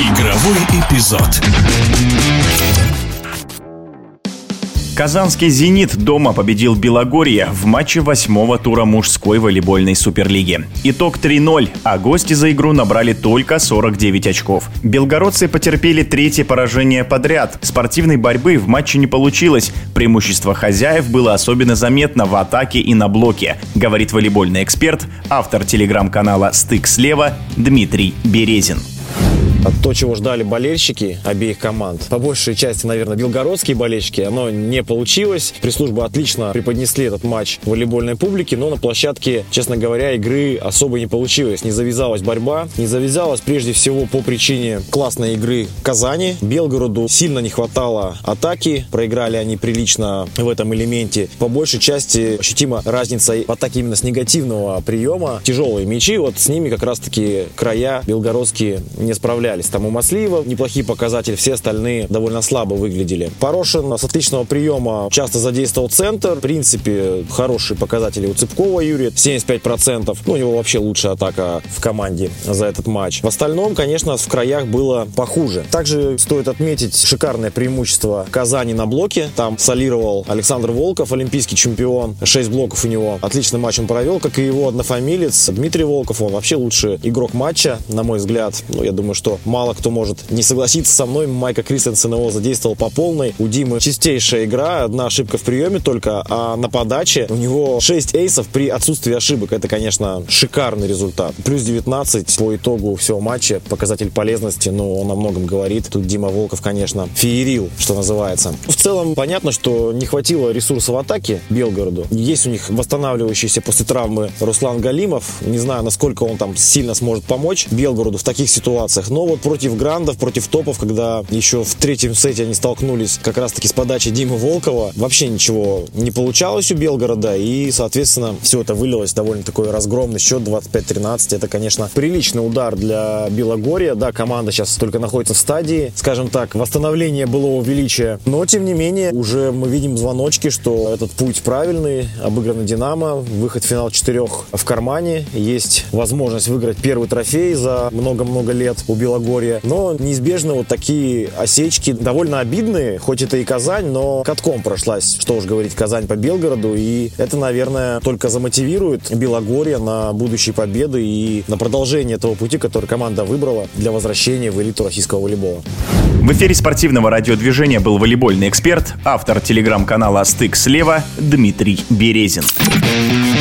Игровой эпизод. Казанский «Зенит» дома победил Белогорье в матче 8-го тура мужской волейбольной суперлиги. Итог 3-0, а гости за игру набрали только 49 очков. Белгородцы потерпели третье поражение подряд. Спортивной борьбы в матче не получилось. Преимущество хозяев было особенно заметно в атаке и на блоке, говорит волейбольный эксперт, автор телеграм-канала «Стык слева» Дмитрий Березин. То, чего ждали болельщики обеих команд, по большей части, наверное, белгородские болельщики, оно не получилось. Пресс-служба отлично преподнесли этот матч волейбольной публике, но на площадке, честно говоря, игры особо не получилось. Не завязалась борьба, не завязалась прежде всего по причине классной игры Казани. Белгороду сильно не хватало атаки, проиграли они прилично в этом элементе. По большей части ощутима разница в атаке именно с негативного приема. Тяжелые мячи, вот с ними как раз-таки края белгородские не справлялись. Там у Маслиева неплохие показатели, все остальные довольно слабо выглядели. Порошин с отличного приема часто задействовал центр. В принципе, хорошие показатели у Цыпкова Юрия, 75%. У него вообще лучшая атака в команде за этот матч. В остальном, конечно, в краях было похуже. Также стоит отметить шикарное преимущество Казани на блоке. Там солировал Александр Волков, олимпийский чемпион. 6 блоков у него. Отличный матч он провел, как и его однофамилец Дмитрий Волков. Он вообще лучший игрок матча, на мой взгляд. Я думаю, что мало кто может не согласиться со мной. Майка Кристенсен его задействовал по полной. У Димы чистейшая игра, одна ошибка в приеме только, а на подаче у него 6 эйсов при отсутствии ошибок. Это, конечно, шикарный результат. Плюс 19 по итогу всего матча. Показатель полезности, он о многом говорит. Тут Дима Волков, конечно, феерил, что называется. В целом, понятно, что не хватило ресурсов в атаке Белгороду. Есть у них восстанавливающийся после травмы Руслан Галимов. Не знаю, насколько он там сильно сможет помочь Белгороду в таких ситуациях. Но вот против грандов, против топов, когда еще в третьем сете они столкнулись как раз-таки с подачей Димы Волкова, вообще ничего не получалось у Белгорода, и, соответственно, все это вылилось в довольно такой разгромный счет 25-13. Это, конечно, приличный удар для Белогорья. Да, команда сейчас только находится в стадии, скажем так, восстановления былого величия, но, тем не менее, уже мы видим звоночки, что этот путь правильный, обыграно Динамо, выход в финал 4 в кармане, есть возможность выиграть первый трофей за много-много лет у Белогорья. Но неизбежно вот такие осечки довольно обидные, хоть это и Казань, но катком прошлась, что уж говорить, Казань по Белгороду, и это, наверное, только замотивирует Белогорье на будущие победы и на продолжение того пути, который команда выбрала для возвращения в элиту российского волейбола. В эфире спортивного радиодвижения был волейбольный эксперт, автор телеграм-канала «Стык слева» Дмитрий Березин.